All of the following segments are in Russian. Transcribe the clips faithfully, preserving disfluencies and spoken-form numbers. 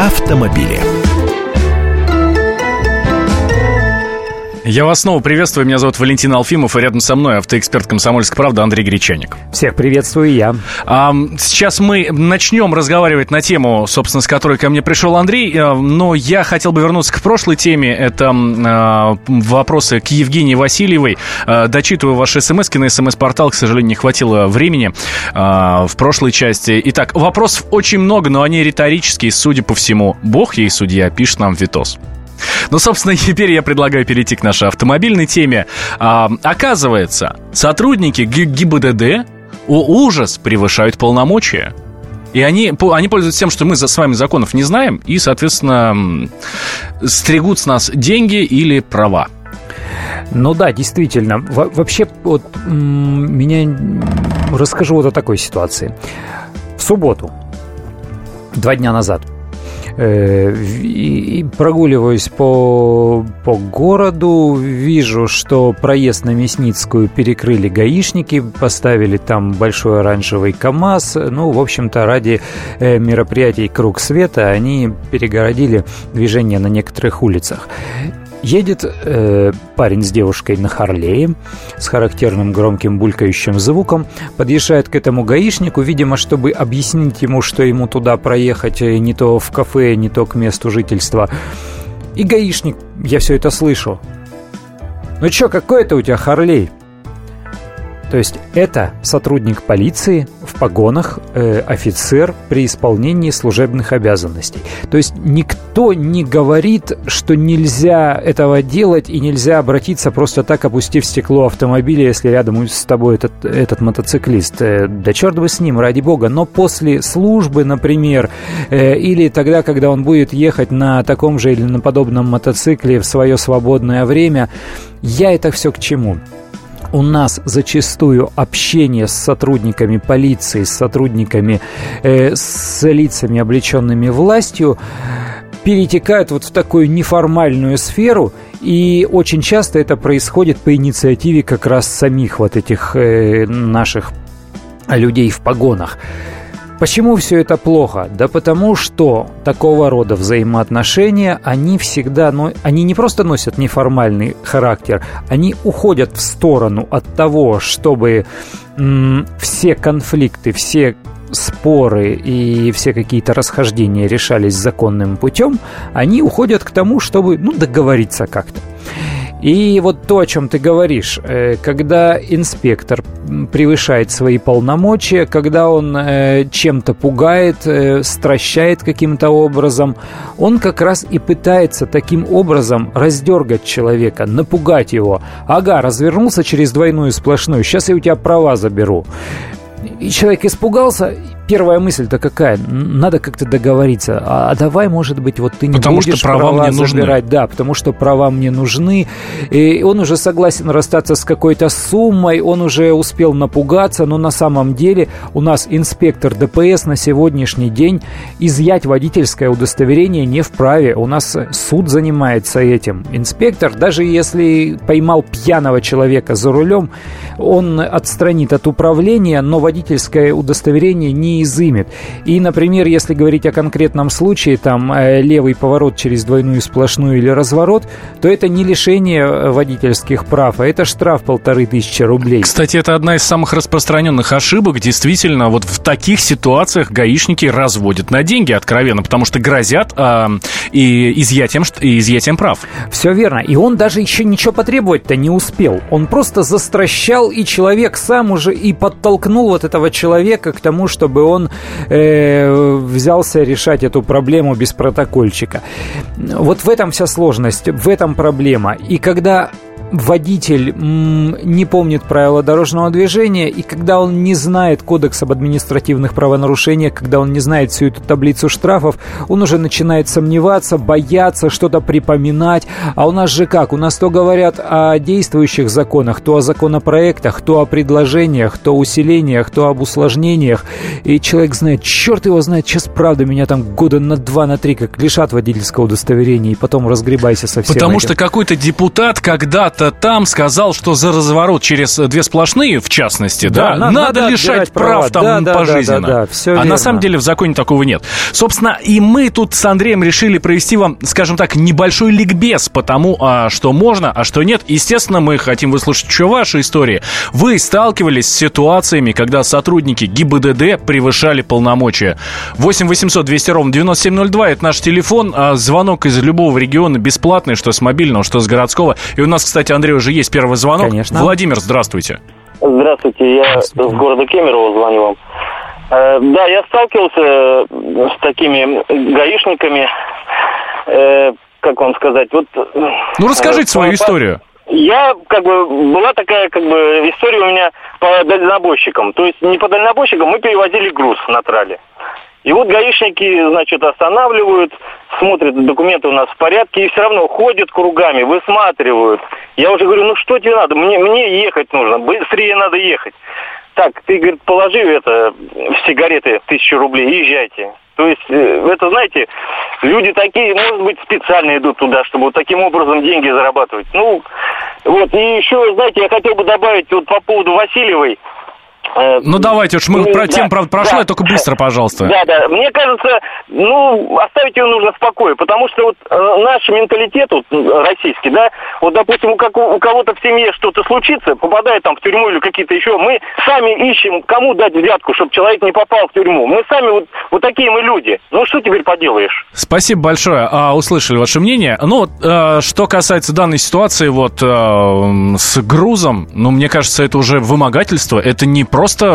автомобили. Я вас снова приветствую. Меня зовут Валентин Алфимов, и рядом со мной автоэксперт «Комсомольской правды» Андрей Гречаник. Всех приветствую я. А, сейчас мы начнем разговаривать на тему, собственно, с которой ко мне пришел Андрей. Но я хотел бы вернуться к прошлой теме. Это а, вопросы к Евгении Васильевой. А, дочитываю ваши смски на смс-портал. К сожалению, не хватило времени а, в прошлой части. Итак, вопросов очень много, но они риторические, судя по всему. Бог ей судья, пишет нам Витос. Ну, собственно, теперь я предлагаю перейти к нашей автомобильной теме. А, оказывается, сотрудники ГИБДД, о ужас, превышают полномочия. И они, они пользуются тем, что мы с вами законов не знаем, и, соответственно, стригут с нас деньги или права. Ну да, действительно. Во- вообще, вот меня... Расскажу вот о такой ситуации. В субботу, два дня назад, и прогуливаюсь по, по городу, вижу, что проезд на Мясницкую перекрыли гаишники, поставили там большой оранжевый КАМАЗ. Ну, в общем-то, ради мероприятий «Круг света» они перегородили движение на некоторых улицах. Едет э, парень с девушкой на Харлее с характерным громким булькающим звуком, подъезжает к этому гаишнику, видимо, чтобы объяснить ему, что ему туда проехать не то в кафе, не то к месту жительства. И гаишник, я все это слышу: «Ну чё, какой это у тебя Харлей?» То есть это сотрудник полиции в погонах, э, офицер при исполнении служебных обязанностей. То есть никто не говорит, что нельзя этого делать и нельзя обратиться просто так, опустив стекло автомобиля, если рядом с тобой этот, этот мотоциклист. Э, да черт бы с ним, ради бога. Но после службы, например, э, или тогда, когда он будет ехать на таком же или на подобном мотоцикле в свое свободное время, я это все к чему? У нас зачастую общение с сотрудниками полиции, с сотрудниками, э, с лицами, облеченными властью, перетекает вот в такую неформальную сферу, и очень часто это происходит по инициативе как раз самих вот этих э, наших людей в погонах. Почему все это плохо? Да потому что такого рода взаимоотношения, они всегда, но они не просто носят неформальный характер, они уходят в сторону от того, чтобы м- все конфликты, все споры и все какие-то расхождения решались законным путем, они уходят к тому, чтобы, ну, договориться как-то. И вот то, о чем ты говоришь, когда инспектор превышает свои полномочия, когда он чем-то пугает, стращает каким-то образом, он как раз и пытается таким образом раздергать человека, напугать его. Ага, развернулся через двойную сплошную, сейчас я у тебя права заберу. И человек испугался. Первая мысль-то какая? Надо как-то договориться. А, а давай, может быть, вот ты не потому будешь что права, права мне забирать. нужны. Да, потому что права мне нужны. И он уже согласен расстаться с какой-то суммой, он уже успел напугаться, но на самом деле у нас инспектор ДПС на сегодняшний день изъять водительское удостоверение не вправе. У нас суд занимается этим. Инспектор, даже если поймал пьяного человека за рулем, он отстранит от управления, но водительское удостоверение не изымет. И, например, если говорить о конкретном случае, там левый поворот через двойную сплошную или разворот, то это не лишение водительских прав, а это штраф полторы тысячи рублей. Кстати, это одна из самых распространенных ошибок. Действительно, вот в таких ситуациях гаишники разводят на деньги откровенно, потому что грозят э, и изъятием, и изъятием прав. Все верно. И он даже еще ничего потребовать-то не успел. Он просто застращал, и человек сам уже и подтолкнул вот этого человека к тому, чтобы он э, взялся решать эту проблему без протокольчика. Вот в этом вся сложность, в этом проблема. И когда водитель м, не помнит правила дорожного движения, и когда он не знает кодекс об административных правонарушениях, когда он не знает всю эту таблицу штрафов, он уже начинает сомневаться, бояться, что-то припоминать. А у нас же как? У нас то говорят о действующих законах, то о законопроектах, то о предложениях, то о усилениях, то об усложнениях. И человек знает, черт его знает, сейчас правда меня там года на два, на три как лишат водительского удостоверения, и потом разгребайся со всем Потому этим. что какой-то депутат когда-то где-то там сказал, что за разворот через две сплошные, в частности, да, да надо, надо лишать прав там да, пожизненно. Да, да, да, все а верно. На самом деле в законе такого нет. Собственно, и мы тут с Андреем решили провести вам, скажем так, небольшой ликбез по тому, а что можно, а что нет. Естественно, мы хотим выслушать еще ваши истории. Вы сталкивались с ситуациями, когда сотрудники ГИБДД превышали полномочия? восемь восемьсот двести ровно девяносто семь ноль два, это наш телефон. Звонок из любого региона бесплатный, что с мобильного, что с городского. И у нас, кстати, Андрей, уже есть первый звонок. Конечно. Владимир, здравствуйте. Здравствуйте, я здравствуйте. С города Кемерово звоню вам. Э, да, я сталкивался с такими гаишниками, э, как вам сказать, вот... Ну, расскажите э, свою по, историю. Я, как бы, была такая, как бы, история у меня по дальнобойщикам. То есть не по дальнобойщикам, мы перевозили груз на трале. И вот гаишники, значит, останавливают, смотрят, документы у нас в порядке, и все равно ходят кругами, высматривают. Я уже говорю, ну что тебе надо? Мне, мне ехать нужно, быстрее надо ехать. Так, ты, говорит, положи это в сигареты тысячу рублей, езжайте. То есть, это, знаете, люди такие, может быть, специально идут туда, чтобы вот таким образом деньги зарабатывать. Ну, вот, и еще, знаете, я хотел бы добавить вот по поводу Васильевой. Ну, давайте уж, мы про тему, правда, прошло, да, только быстро, пожалуйста. Да, да, мне кажется, ну, оставить ее нужно в покое, потому что вот э, наш менталитет, вот, российский, да, вот, допустим, у, как, у кого-то в семье что-то случится, попадает там в тюрьму или какие-то еще, мы сами ищем, кому дать взятку, чтобы человек не попал в тюрьму. Мы сами вот, вот такие мы люди. Ну, что теперь поделаешь? Спасибо большое, а, услышали ваше мнение. Ну, э, что касается данной ситуации, вот, э, с грузом, ну, мне кажется, это уже вымогательство, это не просто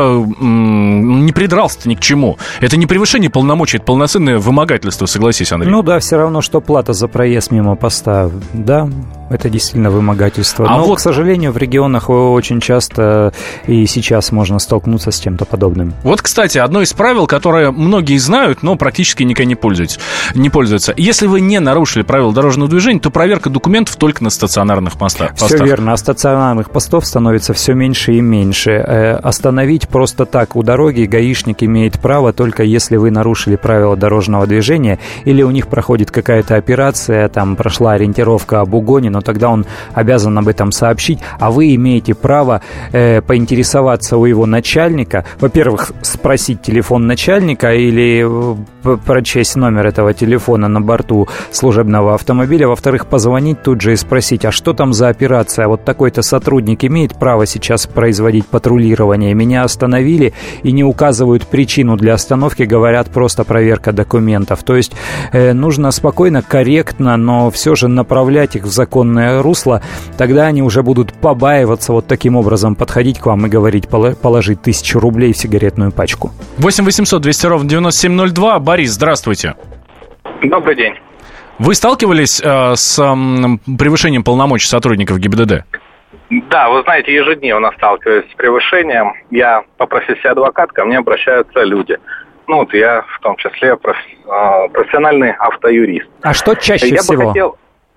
м- не придрался-то ни к чему. Это не превышение полномочий, это полноценное вымогательство, согласись, Андрей. Ну да, все равно, что плата за проезд мимо поста. Да, это действительно вымогательство. А Но, вот... к сожалению, в регионах очень часто и сейчас можно столкнуться с чем-то подобным. Вот, кстати, одно из правил, которое многие знают, но практически никогда не пользуются. Не пользуются. Если вы не нарушили правила дорожного движения, то проверка документов только на стационарных постах. Все верно. А стационарных постов становится все меньше и меньше. Э, остановить просто так у дороги гаишник имеет право только если вы нарушили правила дорожного движения или у них проходит какая-то операция, там прошла ориентировка об угоне, но тогда он обязан об этом сообщить, а вы имеете право э, поинтересоваться у его начальника, во-первых, спросить телефон начальника или э, прочесть номер этого телефона на борту служебного автомобиля, во-вторых, позвонить тут же и спросить, а что там за операция, вот такой-то сотрудник имеет право сейчас производить патрулирование, меня остановили и не указывают причину для остановки, говорят просто проверка документов. То есть э, нужно спокойно, корректно, но все же направлять их в законное русло, тогда они уже будут побаиваться вот таким образом подходить к вам и говорить положить тысячу рублей в сигаретную пачку. восемь восемьсот двести ровно девяносто семь ноль два. Борис, здравствуйте. Добрый день. Вы сталкивались э, с э, превышением полномочий сотрудников ГИБДД? Да, вы знаете, ежедневно сталкиваюсь с превышением. Я по профессии адвокат, ко мне обращаются люди. Ну, вот я в том числе профессиональный автоюрист. А что чаще я всего? Бы хотел...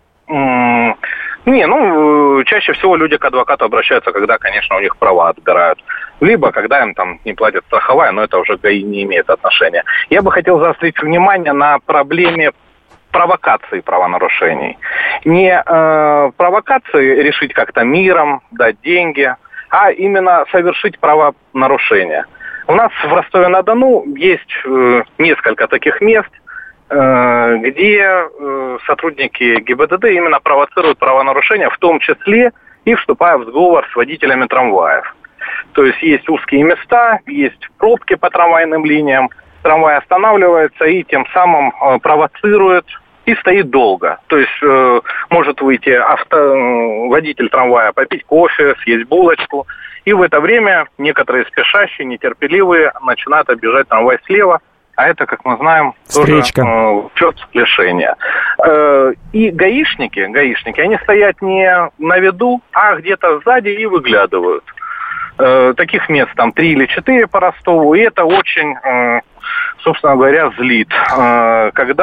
Не, ну, чаще всего люди к адвокату обращаются, когда, конечно, у них права отбирают. Либо, когда им там не платят страховая, но это уже ГАИ не имеет отношения. Я бы хотел заострить внимание на проблеме провокации правонарушений. Не э, провокации решить как-то миром, дать деньги, а именно совершить правонарушение. У нас в Ростове-на-Дону есть э, несколько таких мест, э, где э, сотрудники ГИБДД именно провоцируют правонарушения, в том числе и вступая в сговор с водителями трамваев. То есть есть узкие места, есть пробки по трамвайным линиям, трамвай останавливается и тем самым э, провоцирует и стоит долго. То есть э, может выйти авто, водитель трамвая попить кофе, съесть булочку. И в это время некоторые спешащие, нетерпеливые начинают оббежать трамвай слева. А это, как мы знаем, встречка. Тоже э, черт лишения. Э, и гаишники, гаишники, они стоят не на виду, а где-то сзади и выглядывают. Э, таких мест там три или четыре по Ростову. И это очень, э, собственно говоря, злит. Э, когда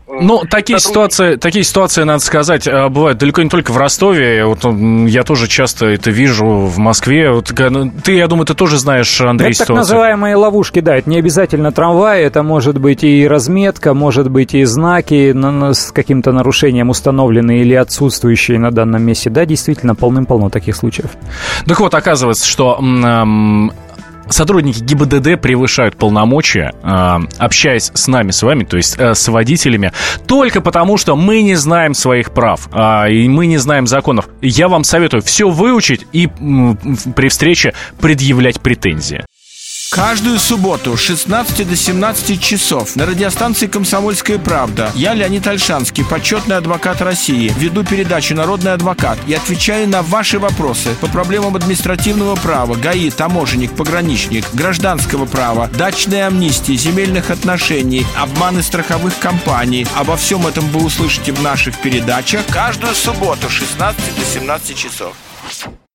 Ну, такие ситуации, такие ситуации, надо сказать, бывают далеко не только в Ростове. Вот я тоже часто это вижу в Москве. Вот, ты, я думаю, ты тоже знаешь, Андрей, это ситуацию. Так называемые ловушки, да. Это не обязательно трамвай, это может быть и разметка, может быть и знаки с каким-то нарушением установленные или отсутствующие на данном месте. Да, действительно, полным-полно таких случаев. Так вот, оказывается, что... М- сотрудники ГИБДД превышают полномочия, общаясь с нами, с вами, то есть с водителями, только потому, что мы не знаем своих прав, и мы не знаем законов. Я вам советую все выучить и при встрече предъявлять претензии. Каждую субботу с шестнадцати до семнадцати часов на радиостанции «Комсомольская правда» я, Леонид Ольшанский, почетный адвокат России, веду передачу «Народный адвокат» и отвечаю на ваши вопросы по проблемам административного права, ГАИ, таможенник, пограничник, гражданского права, дачной амнистии, земельных отношений, обманы страховых компаний. Обо всем этом вы услышите в наших передачах каждую субботу с шестнадцати до семнадцати часов.